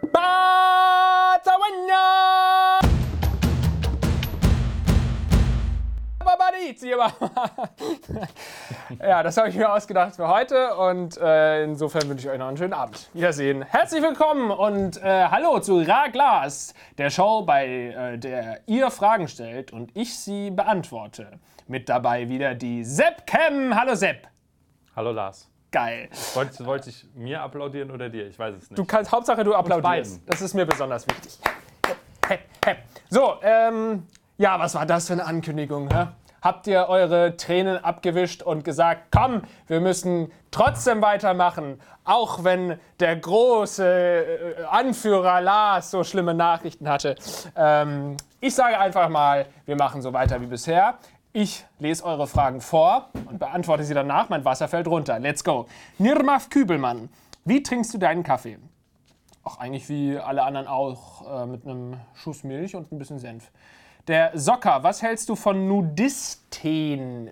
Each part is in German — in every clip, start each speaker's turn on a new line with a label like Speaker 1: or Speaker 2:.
Speaker 1: Bazawanya! Ja, das habe ich mir ausgedacht für heute und insofern wünsche ich euch noch einen schönen Abend. Wiedersehen. Herzlich willkommen und hallo zu Raglas, der Show, bei der ihr Fragen stellt und ich sie beantworte. Mit dabei wieder die Sepp-Cam. Hallo Sepp.
Speaker 2: Hallo Lars.
Speaker 1: Geil.
Speaker 2: Wollte ich mir applaudieren oder dir? Ich weiß es nicht.
Speaker 1: Du kannst, Hauptsache du applaudierst. Das ist mir besonders wichtig. So, ja, was war das für eine Ankündigung, hä? Habt ihr eure Tränen abgewischt und gesagt, komm, wir müssen trotzdem weitermachen, auch wenn der große Anführer Lars so schlimme Nachrichten hatte. Ich sage einfach mal, wir machen so weiter wie bisher. Ich lese eure Fragen vor und beantworte sie danach. Mein Wasser fällt runter. Let's go. Nirmaf Kübelmann, wie trinkst du deinen Kaffee? Auch eigentlich wie alle anderen auch, mit einem Schuss Milch und ein bisschen Senf. Der Socker, was hältst du von Nudisten?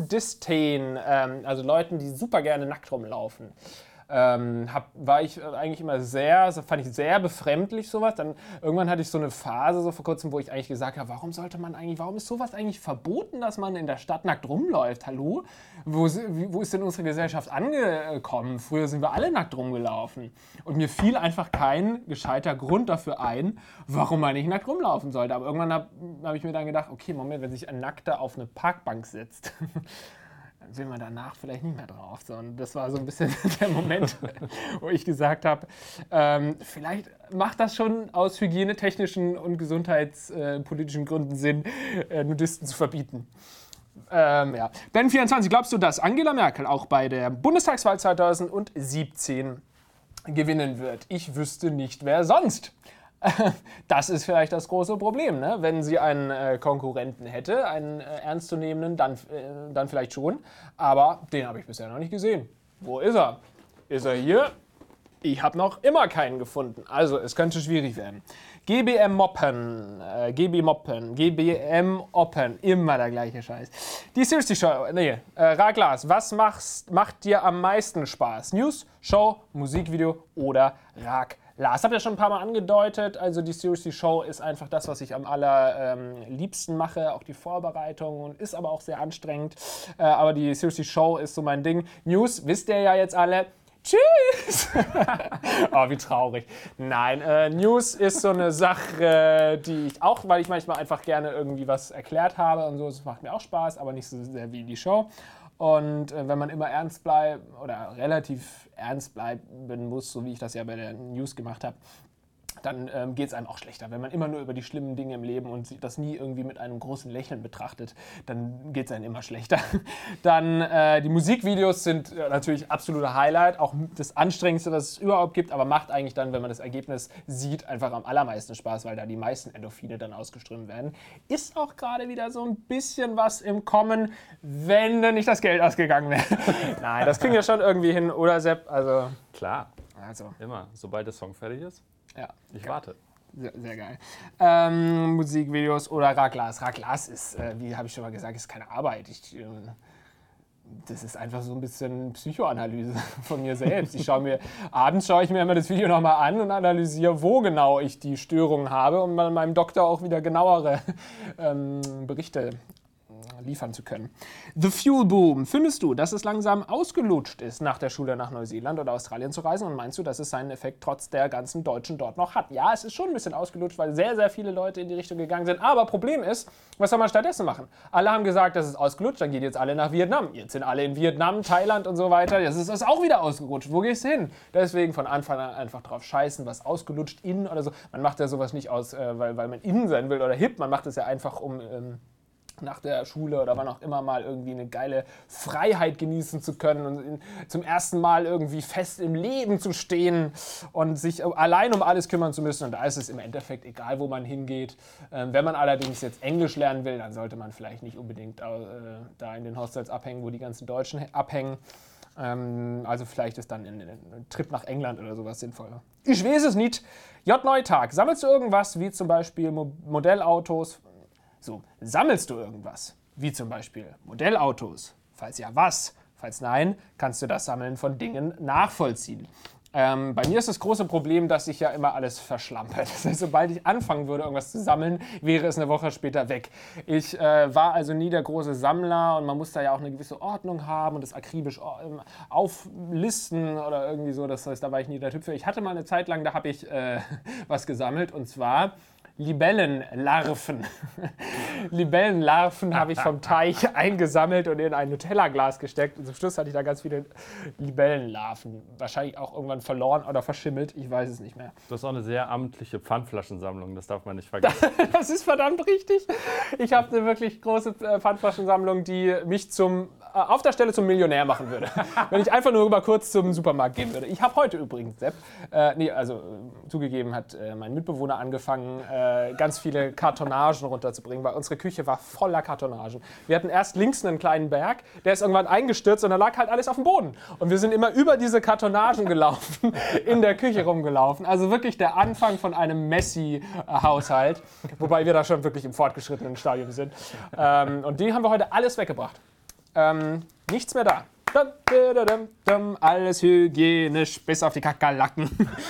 Speaker 1: Also Leuten, die super gerne nackt rumlaufen. War ich eigentlich immer fand ich sehr befremdlich sowas. Dann irgendwann hatte ich so eine Phase so vor kurzem, wo ich eigentlich gesagt habe, warum ist sowas eigentlich verboten, dass man in der Stadt nackt rumläuft? Hallo? Wo ist denn unsere Gesellschaft angekommen? Früher sind wir alle nackt rumgelaufen. Und mir fiel einfach kein gescheiter Grund dafür ein, warum man nicht nackt rumlaufen sollte. Aber irgendwann hab ich mir dann gedacht, okay, Moment, wenn sich ein Nackter auf eine Parkbank setzt, dann will man danach vielleicht nicht mehr drauf. So, und das war so ein bisschen der Moment, wo ich gesagt habe, vielleicht macht das schon aus hygienetechnischen und gesundheitspolitischen Gründen Sinn, Nudisten zu verbieten. Ja. Ben24, glaubst du, dass Angela Merkel auch bei der Bundestagswahl 2017 gewinnen wird? Ich wüsste nicht, wer sonst. Das ist vielleicht das große Problem, ne? Wenn sie einen Konkurrenten hätte, einen ernstzunehmenden, dann vielleicht schon. Aber den habe ich bisher noch nicht gesehen. Wo ist er? Ist er hier? Ich habe noch immer keinen gefunden. Also, es könnte schwierig werden. GBM Open, immer der gleiche Scheiß. Die Seriously Show, Raglas, was macht dir am meisten Spaß? News, Show, Musikvideo oder Raglas? Habt ihr schon ein paar Mal angedeutet, also die Seriously Show ist einfach das, was ich am allerliebsten mache, auch die Vorbereitung und ist aber auch sehr anstrengend. Aber die Seriously Show ist so mein Ding. News, wisst ihr ja jetzt alle. Tschüss! Oh, wie traurig. Nein, News ist so eine Sache, die ich auch, weil ich manchmal einfach gerne irgendwie was erklärt habe und so, das macht mir auch Spaß, aber nicht so sehr wie die Show. Und wenn man immer ernst bleibt oder relativ ernst bleiben muss, so wie ich das ja bei der News gemacht habe, dann geht es einem auch schlechter. Wenn man immer nur über die schlimmen Dinge im Leben und das nie irgendwie mit einem großen Lächeln betrachtet, dann geht es einem immer schlechter. Dann die Musikvideos sind natürlich absoluter Highlight, auch das Anstrengendste, was es überhaupt gibt, aber macht eigentlich dann, wenn man das Ergebnis sieht, einfach am allermeisten Spaß, weil da die meisten Endorphine dann ausgeströmt werden. Ist auch gerade wieder so ein bisschen was im Kommen, wenn denn nicht das Geld ausgegangen wäre. Nein, das kriegen wir schon irgendwie hin, oder Sepp? Also,
Speaker 2: klar,
Speaker 1: also.
Speaker 2: Immer, sobald der Song fertig ist.
Speaker 1: Ja,
Speaker 2: ich warte.
Speaker 1: Sehr, sehr geil. Musikvideos oder Raglas. Raglas ist, wie habe ich schon mal gesagt, ist keine Arbeit. Das ist einfach so ein bisschen Psychoanalyse von mir selbst. Abends schaue ich mir immer das Video nochmal an und analysiere, wo genau ich die Störungen habe, um meinem Doktor auch wieder genauere Berichte liefern zu können. The Fuel Boom. Findest du, dass es langsam ausgelutscht ist, nach der Schule nach Neuseeland oder Australien zu reisen? Und meinst du, dass es seinen Effekt trotz der ganzen Deutschen dort noch hat? Ja, es ist schon ein bisschen ausgelutscht, weil sehr, sehr viele Leute in die Richtung gegangen sind. Aber Problem ist, was soll man stattdessen machen? Alle haben gesagt, das ist ausgelutscht, dann geht jetzt alle nach Vietnam. Jetzt sind alle in Vietnam, Thailand und so weiter. Jetzt ist das auch wieder ausgerutscht. Wo gehst du hin? Deswegen von Anfang an einfach drauf scheißen, was ausgelutscht innen oder so. Man macht ja sowas nicht aus, weil man innen sein will oder hip. Man macht es ja einfach, um nach der Schule oder wann auch immer mal irgendwie eine geile Freiheit genießen zu können und zum ersten Mal irgendwie fest im Leben zu stehen und sich allein um alles kümmern zu müssen. Und da ist es im Endeffekt egal, wo man hingeht. Wenn man allerdings jetzt Englisch lernen will, dann sollte man vielleicht nicht unbedingt da in den Hostels abhängen, wo die ganzen Deutschen abhängen. Also vielleicht ist dann ein Trip nach England oder sowas sinnvoller. Ich weiß es nicht. J. Neutag, sammelst du irgendwas, wie zum Beispiel Modellautos? So, sammelst du irgendwas, wie zum Beispiel Modellautos? Falls ja, was? Falls nein, kannst du das Sammeln von Dingen nachvollziehen. Bei mir ist das große Problem, dass ich ja immer alles verschlampe. Das heißt, sobald ich anfangen würde, irgendwas zu sammeln, wäre es eine Woche später weg. Ich war also nie der große Sammler und man muss da ja auch eine gewisse Ordnung haben und das akribisch auflisten oder irgendwie so. Das heißt, da war ich nie der Typ für. Ich hatte mal eine Zeit lang, da habe ich was gesammelt und zwar Libellenlarven. Libellenlarven habe ich vom Teich eingesammelt und in ein Nutella-Glas gesteckt. Und zum Schluss hatte ich da ganz viele Libellenlarven. Wahrscheinlich auch irgendwann verloren oder verschimmelt. Ich weiß es nicht mehr.
Speaker 2: Du hast auch eine sehr amtliche Pfandflaschensammlung, das darf man nicht vergessen.
Speaker 1: Das ist verdammt richtig. Ich habe eine wirklich große Pfandflaschensammlung, die mich auf der Stelle zum Millionär machen würde. Wenn ich einfach nur mal kurz zum Supermarkt gehen würde. Ich habe heute übrigens, Sepp, zugegeben hat mein Mitbewohner angefangen, ganz viele Kartonagen runterzubringen, weil unsere Küche war voller Kartonagen. Wir hatten erst links einen kleinen Berg, der ist irgendwann eingestürzt und da lag halt alles auf dem Boden. Und wir sind immer über diese Kartonagen gelaufen, in der Küche rumgelaufen. Also wirklich der Anfang von einem Messi-Haushalt, wobei wir da schon wirklich im fortgeschrittenen Stadium sind. Und die haben wir heute alles weggebracht. Nichts mehr da. Alles hygienisch, bis auf die Kakerlaken.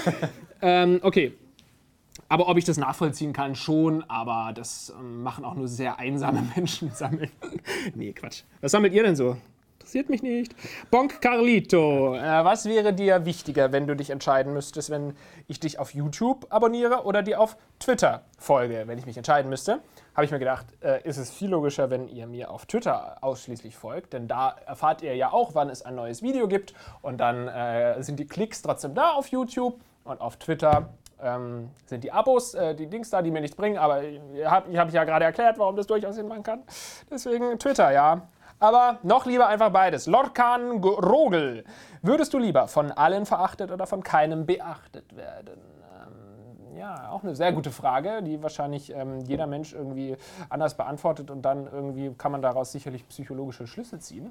Speaker 1: Okay. Aber ob ich das nachvollziehen kann, schon. Aber das machen auch nur sehr einsame Menschen sammeln. Nee, Quatsch. Was sammelt ihr denn so? Interessiert mich nicht. Bonk Carlito, was wäre dir wichtiger, wenn du dich entscheiden müsstest, wenn ich dich auf YouTube abonniere oder dir auf Twitter folge? Wenn ich mich entscheiden müsste, habe ich mir gedacht, ist es viel logischer, wenn ihr mir auf Twitter ausschließlich folgt. Denn da erfahrt ihr ja auch, wann es ein neues Video gibt. Und dann sind die Klicks trotzdem da auf YouTube und auf Twitter. Sind die Abos, die Dings da, die mir nichts bringen, aber ich hab ja gerade erklärt, warum das durchaus Sinn machen kann. Deswegen Twitter, ja. Aber noch lieber einfach beides. Lorcan Rogel. Würdest du lieber von allen verachtet oder von keinem beachtet werden? Ja, auch eine sehr gute Frage, die wahrscheinlich jeder Mensch irgendwie anders beantwortet und dann irgendwie kann man daraus sicherlich psychologische Schlüsse ziehen.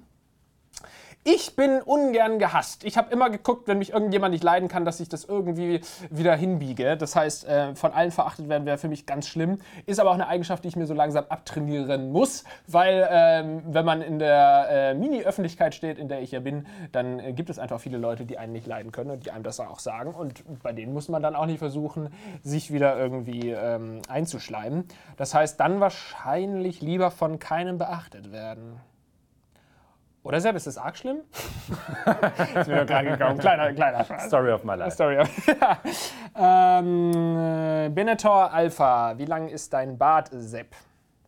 Speaker 1: Ich bin ungern gehasst. Ich habe immer geguckt, wenn mich irgendjemand nicht leiden kann, dass ich das irgendwie wieder hinbiege. Das heißt, von allen verachtet werden wäre für mich ganz schlimm. Ist aber auch eine Eigenschaft, die ich mir so langsam abtrainieren muss, weil wenn man in der Mini-Öffentlichkeit steht, in der ich ja bin, dann gibt es einfach viele Leute, die einen nicht leiden können und die einem das auch sagen. Und bei denen muss man dann auch nicht versuchen, sich wieder irgendwie einzuschleimen. Das heißt, dann wahrscheinlich lieber von keinem beachtet werden. Oder Sepp, ist das arg schlimm? Ist mir doch gerade gekommen. Kleiner Spaß.
Speaker 2: Story of my life.
Speaker 1: Story of Benetor Alpha, wie lang ist dein Bart, Sepp?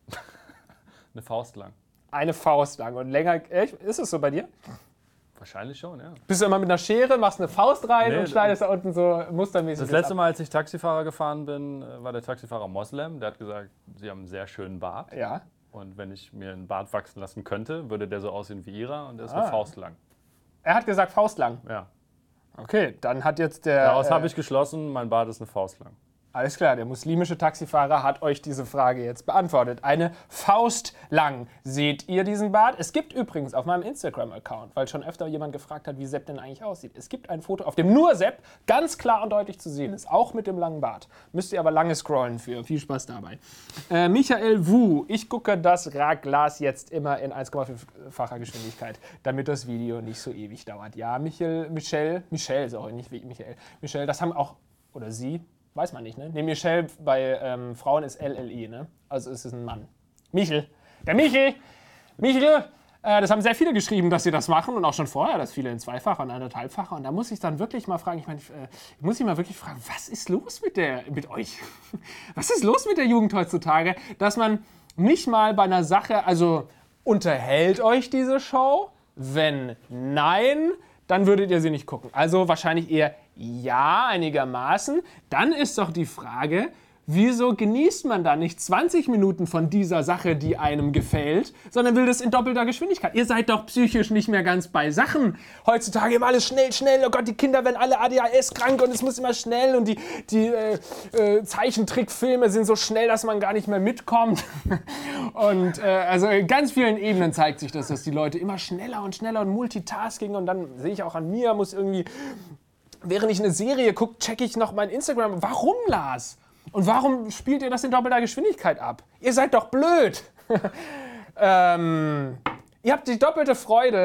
Speaker 2: Eine Faust lang.
Speaker 1: Eine Faust lang. Und länger, echt? Ist es so bei dir?
Speaker 2: Wahrscheinlich schon, ja.
Speaker 1: Bist du immer mit einer Schere, machst eine Faust rein und schneidest da unten so mustermäßig
Speaker 2: Das letzte Mal, als ich Taxifahrer gefahren bin, war der Taxifahrer Moslem. Der hat gesagt, Sie haben einen sehr schönen Bart.
Speaker 1: Ja.
Speaker 2: Und wenn ich mir einen Bart wachsen lassen könnte, würde der so aussehen wie ihrer und der ist eine Faust lang.
Speaker 1: Er hat gesagt Faust lang?
Speaker 2: Ja.
Speaker 1: Okay, dann hat jetzt der...
Speaker 2: Daraus habe ich geschlossen, mein Bart ist eine Faust lang.
Speaker 1: Alles klar, der muslimische Taxifahrer hat euch diese Frage jetzt beantwortet. Eine Faust lang. Seht ihr diesen Bart? Es gibt übrigens auf meinem Instagram-Account, weil schon öfter jemand gefragt hat, wie Sepp denn eigentlich aussieht. Es gibt ein Foto, auf dem nur Sepp ganz klar und deutlich zu sehen ist, auch mit dem langen Bart. Müsst ihr aber lange scrollen für. Viel Spaß dabei. Michael Wu, ich gucke das Glas jetzt immer in 1,5-facher Geschwindigkeit, damit das Video nicht so ewig dauert. Ja, Michelle, sorry, nicht wie Michael. Michelle, das haben auch, oder sie, weiß man nicht, ne? Nee, Michelle bei Frauen ist LLE, ne? Also ist es ein Mann. Michel. Der Michel! Das haben sehr viele geschrieben, dass sie das machen und auch schon vorher, dass viele in 2-facher und 1,5-facher. Und da muss ich dann wirklich mal fragen, was ist los mit euch? Was ist los mit der Jugend heutzutage, dass man nicht mal bei einer Sache, also unterhält euch diese Show? Wenn nein, dann würdet ihr sie nicht gucken. Also wahrscheinlich eher ja, einigermaßen. Dann ist doch die Frage, wieso genießt man da nicht 20 Minuten von dieser Sache, die einem gefällt, sondern will das in doppelter Geschwindigkeit? Ihr seid doch psychisch nicht mehr ganz bei Sachen. Heutzutage immer alles schnell. Oh Gott, die Kinder werden alle ADHS krank und es muss immer schnell und die Zeichentrickfilme sind so schnell, dass man gar nicht mehr mitkommt. Und also in ganz vielen Ebenen zeigt sich das, dass die Leute immer schneller und Multitasking und dann sehe ich auch an mir, muss irgendwie, während ich eine Serie gucke, checke ich noch mein Instagram. Warum, Lars? Und warum spielt ihr das in doppelter Geschwindigkeit ab? Ihr seid doch blöd. Ihr habt die doppelte Freude,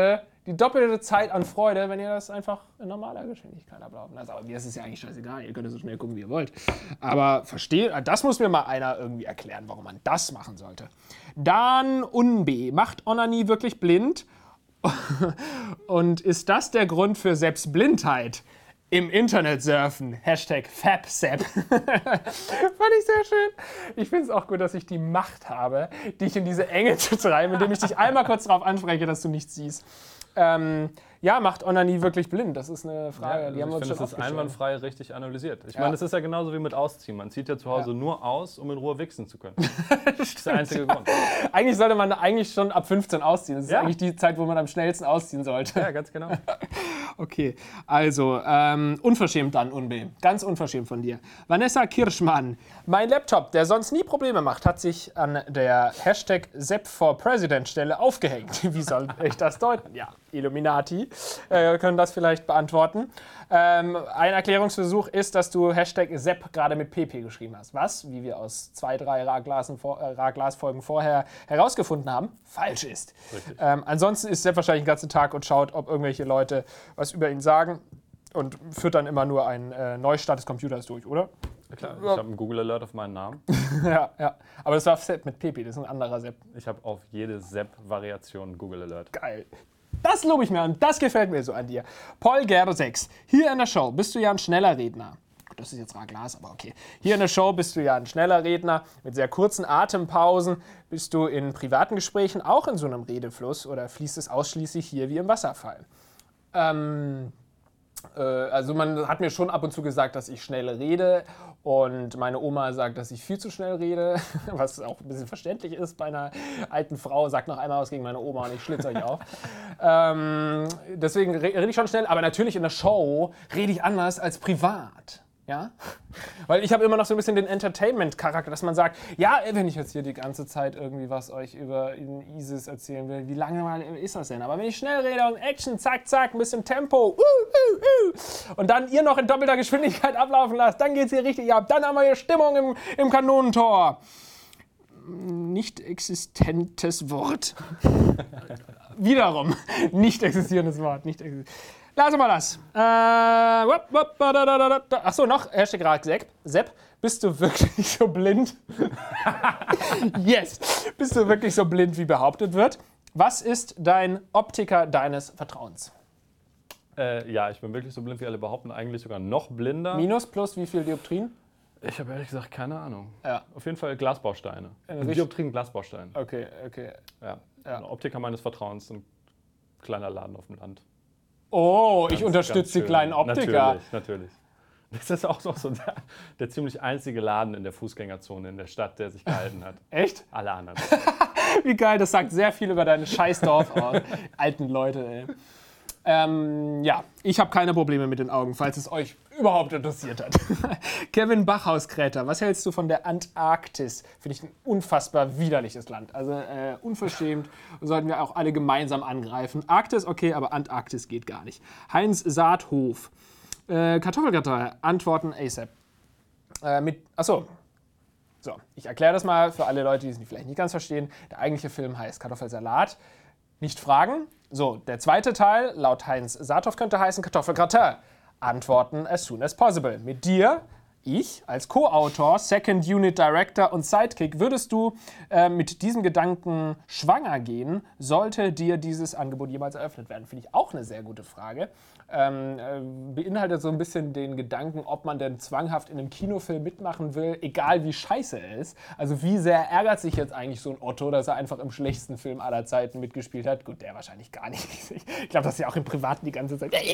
Speaker 1: die doppelte Zeit an Freude, wenn ihr das einfach in normaler Geschwindigkeit ablaufen lasst. Aber mir ist es ja eigentlich scheißegal, ihr könnt so schnell gucken, wie ihr wollt. Aber das muss mir mal einer irgendwie erklären, warum man das machen sollte. Dann Unbe, macht Onanie wirklich blind? Und ist das der Grund für Selbstblindheit? Im Internet surfen. Hashtag FabSap. Fand ich sehr schön. Ich finde es auch gut, dass ich die Macht habe, dich in diese Enge zu treiben, indem ich dich einmal kurz darauf anspreche, dass du nichts siehst. Ja, macht Onanie wirklich blind? Das ist eine Frage,
Speaker 2: Ja,
Speaker 1: die haben wir uns schon
Speaker 2: das ist
Speaker 1: aufgestellt.
Speaker 2: einwandfrei richtig analysiert. Ich meine, das ist ja genauso wie mit Ausziehen. Man zieht ja zu Hause nur aus, um in Ruhe wichsen zu können. Das ist der einzige Grund.
Speaker 1: Eigentlich sollte man schon ab 15 ausziehen. Das ist eigentlich die Zeit, wo man am schnellsten ausziehen sollte.
Speaker 2: Ja, ganz genau.
Speaker 1: Okay, also, unverschämt dann, Unbe. Ganz unverschämt von dir. Vanessa Kirschmann. Mein Laptop, der sonst nie Probleme macht, hat sich an der Hashtag Sepp4President-Stelle aufgehängt. Wie soll ich das deuten? Ja, Illuminati können das vielleicht beantworten. Ein Erklärungsversuch ist, dass du Hashtag Sepp gerade mit PP geschrieben hast. Was, wie wir aus 2-3 Raglas-Folgen vorher herausgefunden haben, falsch ist. Ansonsten ist Sepp wahrscheinlich den ganzen Tag und schaut, ob irgendwelche Leute was über ihn sagen und führt dann immer nur einen Neustart des Computers durch, oder?
Speaker 2: Ja, klar, ich habe einen Google Alert auf meinen Namen.
Speaker 1: ja. Aber das war Sepp mit PP, das ist ein anderer Sepp.
Speaker 2: Ich habe auf jede Sepp-Variation einen Google Alert.
Speaker 1: Geil. Das lobe ich mir und das gefällt mir so an dir. Paul Gerber 6. Hier in der Show bist du ja ein schneller Redner. Das ist jetzt Raglas, aber okay. Hier in der Show bist du ja ein schneller Redner. Mit sehr kurzen Atempausen bist du in privaten Gesprächen auch in so einem Redefluss oder fließt es ausschließlich hier wie im Wasserfall? Also man hat mir schon ab und zu gesagt, dass ich schnell rede und meine Oma sagt, dass ich viel zu schnell rede, was auch ein bisschen verständlich ist bei einer alten Frau. Sagt noch einmal was gegen meine Oma und ich schlitze euch auf. Deswegen rede ich schon schnell, aber natürlich in der Show rede ich anders als privat. Ja? Weil ich habe immer noch so ein bisschen den Entertainment-Charakter, dass man sagt, ja, wenn ich jetzt hier die ganze Zeit irgendwie was euch über ISIS erzählen will, wie lange mal ist das denn? Aber wenn ich schnell rede und Action, zack, zack, ein bisschen Tempo, und dann ihr noch in doppelter Geschwindigkeit ablaufen lasst, dann geht's hier richtig ab, dann haben wir hier Stimmung im Kanonentor. Nicht existentes Wort. Wiederum, nicht existierendes Wort. Lassen wir das. Achso, noch Hashtag Ragsepp. Sepp, bist du wirklich so blind? Yes. Bist du wirklich so blind, wie behauptet wird? Was ist dein Optiker deines Vertrauens?
Speaker 2: Ja, ich bin wirklich so blind, wie alle behaupten. Eigentlich sogar noch blinder.
Speaker 1: Minus, plus, wie viel Dioptrien?
Speaker 2: Ich habe ehrlich gesagt keine Ahnung.
Speaker 1: Ja.
Speaker 2: Auf jeden Fall Glasbausteine. Dioptrien Glasbausteine.
Speaker 1: Okay.
Speaker 2: Ja. Ein Optiker meines Vertrauens, ein kleiner Laden auf dem Land.
Speaker 1: Oh, ich unterstütze die kleinen Optiker.
Speaker 2: Natürlich. Das ist auch noch so der ziemlich einzige Laden in der Fußgängerzone in der Stadt, der sich gehalten hat.
Speaker 1: Echt?
Speaker 2: Alle anderen.
Speaker 1: Wie geil, das sagt sehr viel über deine Scheißdorf aus. Alten Leute, ey. Ja, ich habe keine Probleme mit den Augen, falls es euch überhaupt interessiert hat. Kevin Bachhaus-Kräter, was hältst du von der Antarktis? Finde ich ein unfassbar widerliches Land. Also unverschämt, sollten wir auch alle gemeinsam angreifen. Arktis, okay, aber Antarktis geht gar nicht. Heinz Saathof, Kartoffelgratin, Antworten ASAP. So, ich erkläre das mal für alle Leute, die es vielleicht nicht ganz verstehen. Der eigentliche Film heißt Kartoffelsalat. Nicht fragen. So, der zweite Teil, laut Heinz Saathoff, könnte heißen Kartoffelgratin. Antworten as soon as possible. Mit dir, ich als Co-Autor, Second Unit Director und Sidekick, würdest du mit diesem Gedanken schwanger gehen, sollte dir dieses Angebot jemals eröffnet werden? Finde ich auch eine sehr gute Frage. Beinhaltet so ein bisschen den Gedanken, ob man denn zwanghaft in einem Kinofilm mitmachen will, egal wie scheiße er ist. Also wie sehr ärgert sich jetzt eigentlich so ein Otto, dass er einfach im schlechtesten Film aller Zeiten mitgespielt hat? Gut, der wahrscheinlich gar nicht. Ich glaube, dass er auch im Privaten die ganze Zeit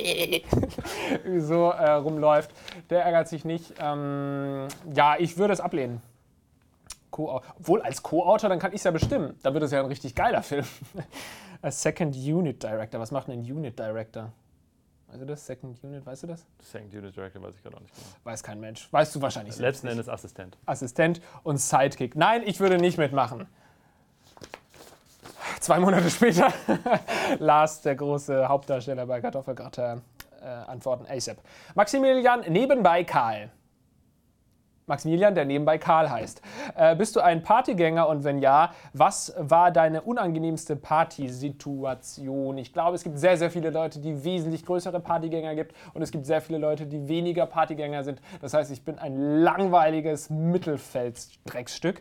Speaker 1: so rumläuft. Der ärgert sich nicht. Ja, ich würde es ablehnen. Obwohl, als Co-Autor, dann kann ich es ja bestimmen. Dann wird es ja ein richtig geiler Film. Second Unit Director. Was macht denn ein Unit Director? Weißt du das? Second Unit, weißt du das?
Speaker 2: Second Unit Director weiß ich gerade auch nicht genau.
Speaker 1: Weiß kein Mensch. Weißt du wahrscheinlich selbst.
Speaker 2: Letzten Endes Assistent.
Speaker 1: Assistent und Sidekick. Nein, ich würde nicht mitmachen. 2 Monate später, Lars, der große Hauptdarsteller bei Kartoffelgratin, antworten ASAP. Maximilian nebenbei Karl. Maximilian, der nebenbei Karl heißt. Bist du ein Partygänger und wenn ja, was war deine unangenehmste Partysituation? Ich glaube, es gibt sehr, sehr viele Leute, die wesentlich größere Partygänger gibt und es gibt sehr viele Leute, die weniger Partygänger sind. Das heißt, ich bin ein langweiliges Mittelfeldstreckstück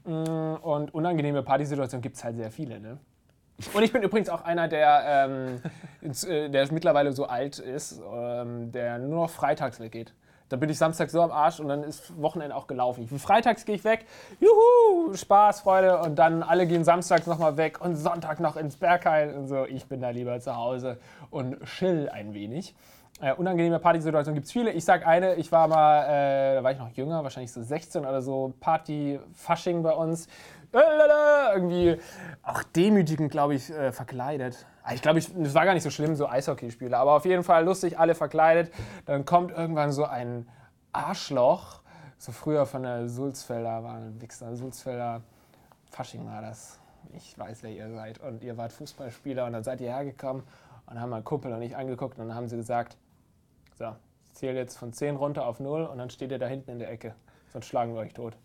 Speaker 1: und unangenehme Partysituationen gibt es halt sehr viele, ne? Und ich bin übrigens auch einer, der mittlerweile so alt ist, der nur noch freitags weggeht. Da bin ich samstags so am Arsch und dann ist Wochenende auch gelaufen. Freitags gehe ich weg, juhu, Spaß, Freude und dann alle gehen samstags nochmal weg und Sonntag noch ins Berghain und so. Ich bin da lieber zu Hause und chill ein wenig. Unangenehme Partysituationen gibt es viele. Ich sag eine, ich war mal, da war ich noch jünger, wahrscheinlich so 16 oder so, Party-Fasching bei uns. Irgendwie auch demütigend, glaube ich, verkleidet. Ich glaube, es war gar nicht so schlimm, so Eishockeyspieler, aber auf jeden Fall lustig, alle verkleidet. Dann kommt irgendwann so ein Arschloch, so früher von der Sulzfelder, war ein Wichser, Sulzfelder Fasching war das. Ich weiß, wer ihr seid und ihr wart Fußballspieler und dann seid ihr hergekommen und haben mein Kumpel und ich angeguckt und dann haben sie gesagt, so, ich zähle jetzt von 10 runter auf 0 und dann steht ihr da hinten in der Ecke, sonst schlagen wir euch tot.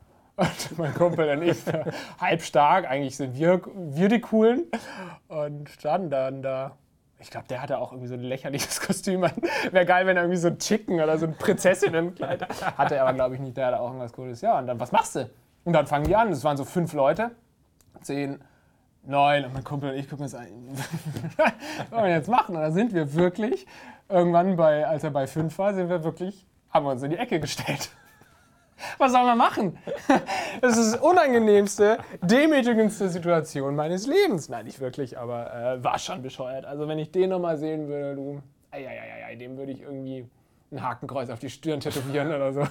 Speaker 1: Und mein Kumpel und ich, halb stark, eigentlich sind wir die Coolen und standen dann da. Ich glaube, der hatte auch irgendwie so ein lächerliches Kostüm an. Wäre geil, wenn er irgendwie so ein Chicken oder so ein Prinzessinnenkleid hatte. Er aber, glaube ich, nicht. Der hatte auch irgendwas Cooles. Ja, und dann, was machst du? Und dann fangen die an. Es waren so 5 Leute. 10, 9. Und mein Kumpel und ich gucken uns an. Was sollen wir jetzt machen? Und dann sind wir wirklich, irgendwann, als er bei 5 war, haben wir uns in die Ecke gestellt. Was soll man machen? Das ist die unangenehmste, demütigendste Situation meines Lebens. Nein, nicht wirklich, aber war schon bescheuert. Also wenn ich den nochmal sehen würde, dem würde ich irgendwie ein Hakenkreuz auf die Stirn tätowieren oder so.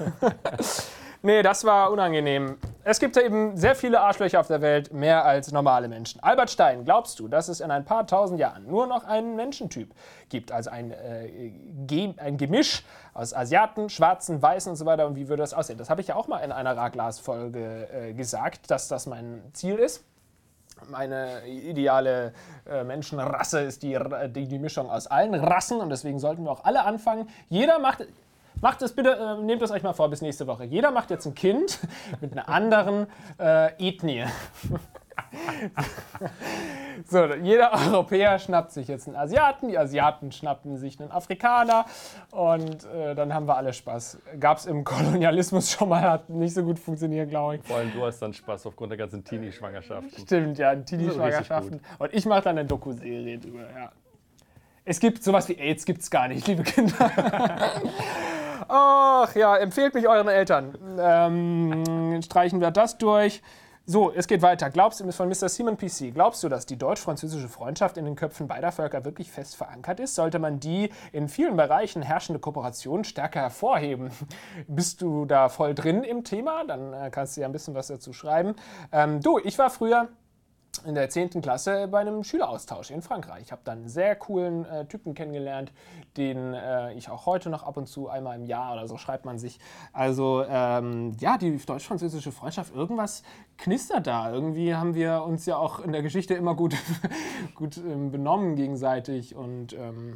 Speaker 1: Nee, das war unangenehm. Es gibt ja eben sehr viele Arschlöcher auf der Welt, mehr als normale Menschen. Albert Stein, glaubst du, dass es in ein paar tausend Jahren nur noch einen Menschentyp gibt? Also ein Gemisch aus Asiaten, Schwarzen, Weißen und so weiter. Und wie würde das aussehen? Das habe ich ja auch mal in einer Raglas-Folge gesagt, dass das mein Ziel ist. Meine ideale Menschenrasse ist die Mischung aus allen Rassen und deswegen sollten wir auch alle anfangen. Jeder macht es bitte, nehmt es euch mal vor bis nächste Woche. Jeder macht jetzt ein Kind mit einer anderen Ethnie. So, jeder Europäer schnappt sich jetzt einen Asiaten, die Asiaten schnappen sich einen Afrikaner und dann haben wir alle Spaß. Gab es im Kolonialismus schon mal, hat nicht so gut funktioniert, glaube ich.
Speaker 2: Vor allem du hast dann Spaß aufgrund der ganzen Teenie-Schwangerschaften.
Speaker 1: Stimmt, ja, Teenie-Schwangerschaften. Und ich mache dann eine Doku-Serie drüber, ja. Es gibt sowas wie AIDS, gibt's gar nicht, liebe Kinder. Ach ja, empfehlt mich euren Eltern. Streichen wir das durch. So, es geht weiter. Glaubst du, von Mr. Simon PC, glaubst du, dass die deutsch-französische Freundschaft in den Köpfen beider Völker wirklich fest verankert ist? Sollte man die in vielen Bereichen herrschende Kooperation stärker hervorheben? Bist du da voll drin im Thema? Dann kannst du ja ein bisschen was dazu schreiben. Ich war früher in der 10. Klasse bei einem Schüleraustausch in Frankreich. Ich habe dann einen sehr coolen Typen kennengelernt, den ich auch heute noch ab und zu einmal im Jahr oder so schreibt man sich. Also die deutsch-französische Freundschaft, irgendwas knistert da. Irgendwie haben wir uns ja auch in der Geschichte immer gut benommen gegenseitig und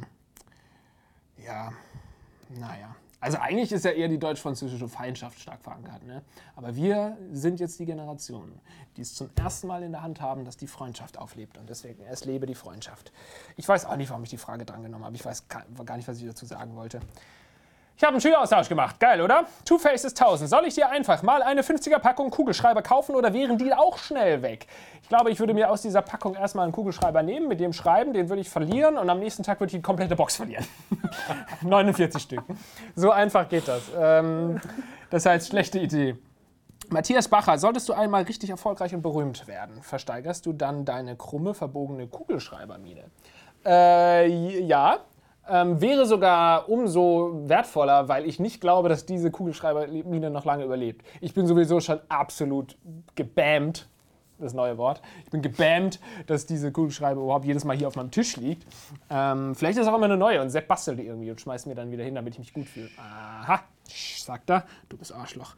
Speaker 1: naja. Also eigentlich ist ja eher die deutsch-französische Feindschaft stark verankert. Ne? Aber wir sind jetzt die Generation, die es zum ersten Mal in der Hand haben, dass die Freundschaft auflebt. Und deswegen, es lebe die Freundschaft. Ich weiß auch nicht, warum ich die Frage drangenommen habe. Ich weiß gar nicht, was ich dazu sagen wollte. Ich habe einen Schüleraustausch gemacht. Geil, oder? Two Faces 1000. Soll ich dir einfach mal eine 50er-Packung Kugelschreiber kaufen oder wären die auch schnell weg? Ich glaube, ich würde mir aus dieser Packung erstmal einen Kugelschreiber nehmen, mit dem schreiben, den würde ich verlieren und am nächsten Tag würde ich die komplette Box verlieren. 49 Stück. So einfach geht das. Das heißt, schlechte Idee. Matthias Bacher, solltest du einmal richtig erfolgreich und berühmt werden, versteigerst du dann deine krumme, verbogene Kugelschreibermine? Ja. Wäre sogar umso wertvoller, weil ich nicht glaube, dass diese Kugelschreibermine noch lange überlebt. Ich bin sowieso schon absolut gebammt, das neue Wort. Ich bin gebammt, dass diese Kugelschreiber überhaupt jedes Mal hier auf meinem Tisch liegt. Vielleicht ist auch immer eine neue und Sepp bastelt die irgendwie und schmeißt mir dann wieder hin, damit ich mich gut fühle. Aha, sagt er, du bist Arschloch.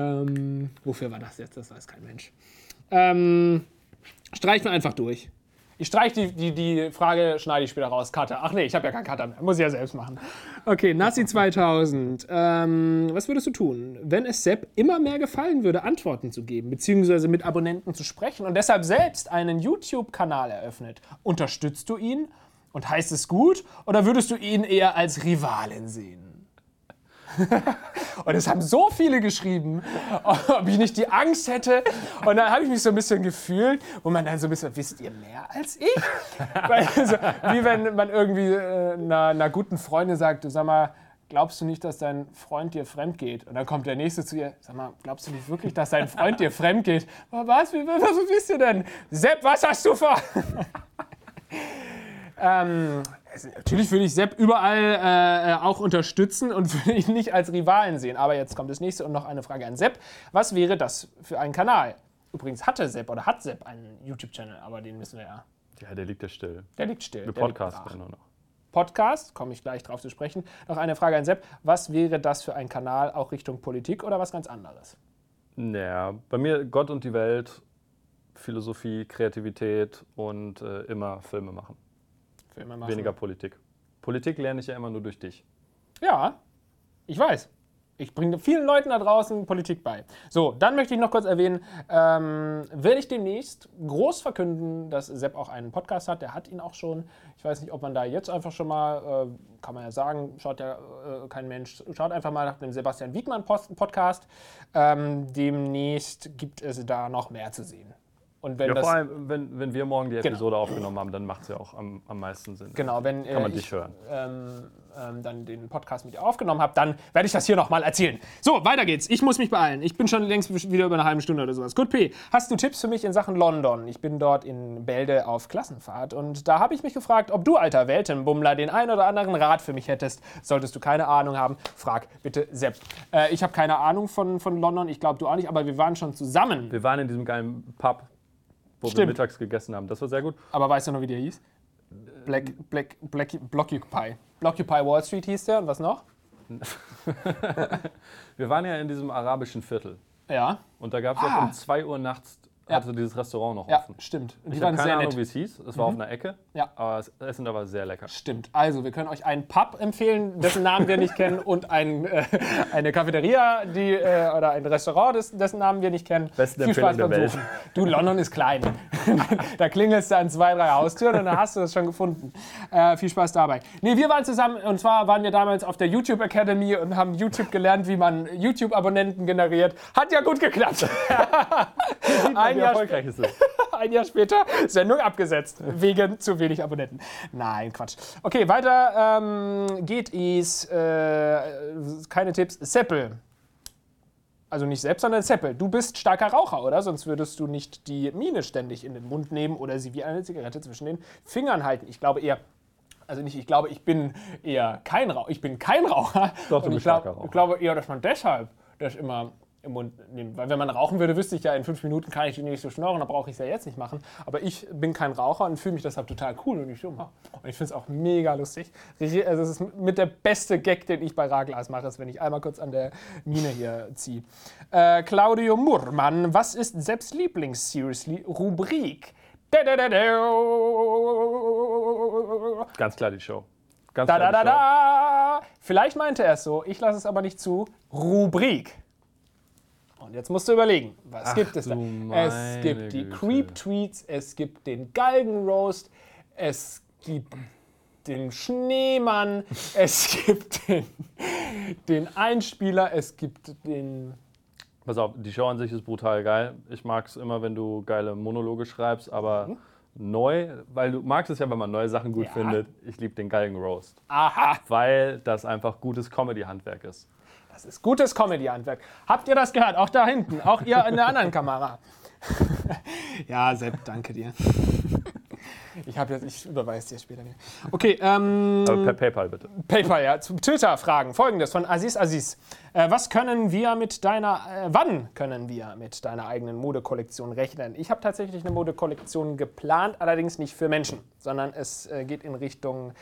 Speaker 1: Wofür war das jetzt? Das weiß kein Mensch. Streichen wir einfach durch. Ich streiche die Frage, schneide ich später raus. Cutter. Ach nee, ich habe ja keinen Cutter mehr. Muss ich ja selbst machen. Okay, Nassi 2000. Was würdest du tun, wenn es Sepp immer mehr gefallen würde, Antworten zu geben, beziehungsweise mit Abonnenten zu sprechen und deshalb selbst einen YouTube-Kanal eröffnet? Unterstützt du ihn und heißt es gut oder würdest du ihn eher als Rivalen sehen? Und es haben so viele geschrieben, ob ich nicht die Angst hätte. Und dann habe ich mich so ein bisschen gefühlt, wo man dann so ein bisschen, wisst ihr mehr als ich? Also, wie wenn man irgendwie einer guten Freundin sagt, du sag mal, glaubst du nicht, dass dein Freund dir fremd geht? Und dann kommt der Nächste zu ihr, sag mal, glaubst du nicht wirklich, dass dein Freund dir fremd geht? Was bist du denn? Sepp, was hast du vor? Natürlich würde ich Sepp überall auch unterstützen und würde ihn nicht als Rivalen sehen. Aber jetzt kommt das nächste und noch eine Frage an Sepp. Was wäre das für ein Kanal? Übrigens hat Sepp einen YouTube-Channel, aber den müssen wir ja.
Speaker 2: Ja, der liegt ja still.
Speaker 1: Der liegt still.
Speaker 2: Wir podcasten ja nur noch.
Speaker 1: Podcast, komme ich gleich drauf zu sprechen. Noch eine Frage an Sepp. Was wäre das für ein Kanal, auch Richtung Politik oder was ganz anderes?
Speaker 2: Naja, bei mir Gott und die Welt, Philosophie, Kreativität und immer Filme machen. Weniger Politik. Politik lerne ich ja immer nur durch dich.
Speaker 1: Ja, ich weiß. Ich bringe vielen Leuten da draußen Politik bei. So, dann möchte ich noch kurz erwähnen, werde ich demnächst groß verkünden, dass Sepp auch einen Podcast hat. Der hat ihn auch schon. Ich weiß nicht, ob man da jetzt einfach schon mal, kann man ja sagen, schaut ja kein Mensch, schaut einfach mal nach dem Sebastian Wiegmann Podcast. Demnächst gibt es da noch mehr zu sehen. Und wenn
Speaker 2: vor allem, wenn wir morgen die Episode aufgenommen haben, dann macht es ja auch am meisten Sinn.
Speaker 1: Genau, wenn
Speaker 2: kann man dich hören.
Speaker 1: Dann den Podcast mit dir aufgenommen habe, dann werde ich das hier nochmal erzählen. So, weiter geht's. Ich muss mich beeilen. Ich bin schon längst wieder über eine halbe Stunde oder sowas. Gut, P, hast du Tipps für mich in Sachen London? Ich bin dort in Bälde auf Klassenfahrt und da habe ich mich gefragt, ob du, alter Weltenbummler, den ein oder anderen Rat für mich hättest. Solltest du keine Ahnung haben, frag bitte Sepp. Ich habe keine Ahnung von London, ich glaube du auch nicht, aber wir waren schon zusammen.
Speaker 2: Wir waren in diesem geilen Pub, wo wir mittags gegessen haben. Das war sehr gut.
Speaker 1: Aber weißt du noch, wie der hieß? Blockupy. Blockupy Wall Street hieß der. Und was noch?
Speaker 2: Wir waren ja in diesem arabischen Viertel.
Speaker 1: Ja.
Speaker 2: Und da gab es um 2 Uhr nachts hatte dieses Restaurant noch offen.
Speaker 1: Ja, stimmt.
Speaker 2: Und ich habe keine Ahnung, wie es hieß. Es war auf einer Ecke.
Speaker 1: Ja.
Speaker 2: Aber das Essen da war sehr lecker.
Speaker 1: Stimmt. Also, wir können euch einen Pub empfehlen, dessen Namen wir nicht kennen, und eine Cafeteria, oder ein Restaurant, dessen Namen wir nicht kennen.
Speaker 2: Besten
Speaker 1: Viel Spaß
Speaker 2: Empfehlung
Speaker 1: beim
Speaker 2: der
Speaker 1: Suchen. Du, London ist klein. Da klingelst du an 2, 3 Haustüren und dann hast du es schon gefunden. Viel Spaß dabei. Nee, wir waren zusammen, und zwar waren wir damals auf der YouTube Academy und haben YouTube gelernt, wie man YouTube-Abonnenten generiert. Hat ja gut geklappt.
Speaker 2: Wie erfolgreich ist es?
Speaker 1: Ein Jahr später, Sendung abgesetzt, wegen zu wenig Abonnenten. Nein, Quatsch. Okay, weiter geht es. Keine Tipps. Seppel. Also nicht Sepp, sondern Seppel. Du bist starker Raucher, oder? Sonst würdest du nicht die Mine ständig in den Mund nehmen oder sie wie eine Zigarette zwischen den Fingern halten. Ich glaube eher, ich bin eher kein Raucher. Ich bin kein Raucher.
Speaker 2: Doch, du bist starker Raucher.
Speaker 1: Ich glaube eher, dass man deshalb das immer im Mund nehmen. Weil wenn man rauchen würde, wüsste ich ja, in 5 Minuten kann ich nicht so schnorren, da brauche ich es ja jetzt nicht machen. Aber ich bin kein Raucher und fühle mich deshalb total cool und ich so mache. Und ich finde es auch mega lustig. Also es ist mit der beste Gag, den ich bei Raglas mache, ist, wenn ich einmal kurz an der Mine hier ziehe. Claudio Murmann, was ist Sepps Lieblings-Seriously-Rubrik?
Speaker 2: Ganz klar die Show. Ganz klar die Show.
Speaker 1: Vielleicht meinte er es so, ich lasse es aber nicht zu. Rubrik. Und jetzt musst du überlegen, was gibt es da? Es gibt die Creep-Tweets, es gibt den Galgenroast, es gibt den Schneemann, es gibt den Einspieler, es gibt den...
Speaker 2: Pass auf, die Show an sich ist brutal geil. Ich mag es immer, wenn du geile Monologe schreibst, aber neu, weil du magst es ja, wenn man neue Sachen gut findet. Ich liebe den Galgenroast.
Speaker 1: Aha.
Speaker 2: Weil das einfach gutes Comedy-Handwerk ist.
Speaker 1: Das ist gutes Comedy-Handwerk. Habt ihr das gehört? Auch da hinten. Auch ihr in der anderen Kamera. Ja, Sepp, danke dir. Ich überweise dir später. Okay,
Speaker 2: aber per PayPal bitte.
Speaker 1: PayPal, ja. Zu Twitter-Fragen. Folgendes von Aziz. Wann können wir mit deiner eigenen Modekollektion rechnen? Ich habe tatsächlich eine Modekollektion geplant, allerdings nicht für Menschen, sondern es geht in Richtung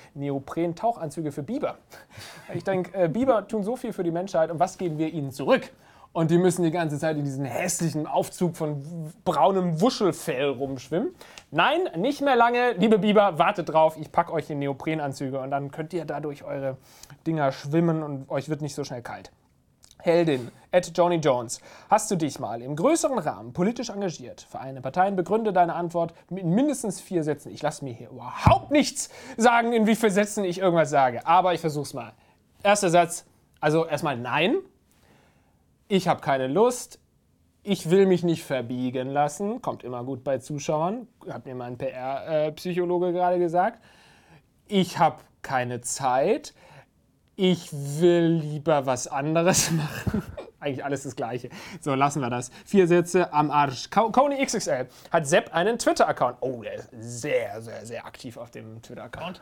Speaker 1: Neopren-Tauchanzüge für Biber. Ich denke, Biber tun so viel für die Menschheit und was geben wir ihnen zurück? und die müssen die ganze Zeit in diesem hässlichen Aufzug von braunem Wuschelfell rumschwimmen. Nein, nicht mehr lange, liebe Biber, wartet drauf, ich packe euch in Neoprenanzüge und dann könnt ihr da durch eure Dinger schwimmen und euch wird nicht so schnell kalt. Heldin, @JoniJones, hast du dich mal im größeren Rahmen politisch engagiert? Vereine, Parteien, begründe deine Antwort mit mindestens 4 Sätzen. Ich lasse mir hier überhaupt nichts sagen, in wie vielen Sätzen ich irgendwas sage, aber ich versuch's mal. Erster Satz, also erstmal nein, ich habe keine Lust, ich will mich nicht verbiegen lassen, kommt immer gut bei Zuschauern, hat mir mein PR-Psychologe gerade gesagt. Ich habe keine Zeit, ich will lieber was anderes machen. Eigentlich alles das Gleiche. So, lassen wir das. 4 Sätze am Arsch. Kony XXL hat Sepp einen Twitter-Account. Oh, der ist sehr, sehr, sehr aktiv auf dem Twitter-Account.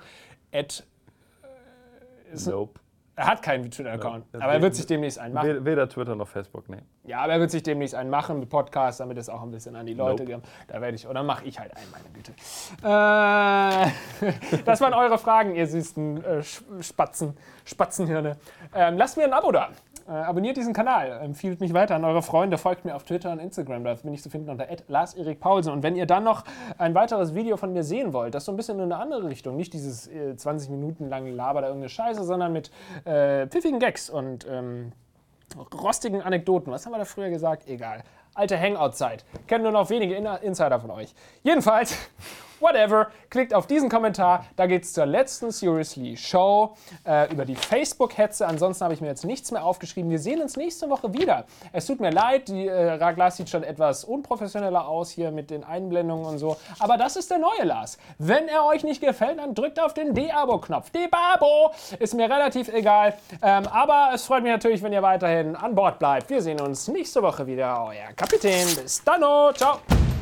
Speaker 2: Nope.
Speaker 1: Er hat keinen Twitter-Account, aber er wird sich demnächst einen machen.
Speaker 2: Weder Twitter noch Facebook, nee.
Speaker 1: Ja, aber er wird sich demnächst einen machen mit Podcasts, damit es auch ein bisschen an die Leute geht. Da werde ich, oder mache ich halt einen, meine Güte. Das waren eure Fragen, ihr süßen Spatzenhirne. Lasst mir ein Abo da. Abonniert diesen Kanal, empfiehlt mich weiter an eure Freunde, folgt mir auf Twitter und Instagram, da bin ich zu finden unter @Lars-Erik-Paulsen. Und wenn ihr dann noch ein weiteres Video von mir sehen wollt, das so ein bisschen in eine andere Richtung, nicht dieses 20 Minuten lange Laber da irgendeine Scheiße, sondern mit pfiffigen Gags und rostigen Anekdoten. Was haben wir da früher gesagt? Egal. Alte Hangout-Zeit. Kennen nur noch wenige Insider von euch. Jedenfalls, whatever, klickt auf diesen Kommentar. Da geht es zur letzten Seriously Show über die Facebook-Hetze. Ansonsten habe ich mir jetzt nichts mehr aufgeschrieben. Wir sehen uns nächste Woche wieder. Es tut mir leid, die Lars sieht schon etwas unprofessioneller aus hier mit den Einblendungen und so. Aber das ist der neue Lars. Wenn er euch nicht gefällt, dann drückt auf den De-Abo-Knopf. De-Babo! Ist mir relativ egal. Aber es freut mich natürlich, wenn ihr weiterhin an Bord bleibt. Wir sehen uns nächste Woche wieder. Euer Kapitän. Bis dann. Ciao.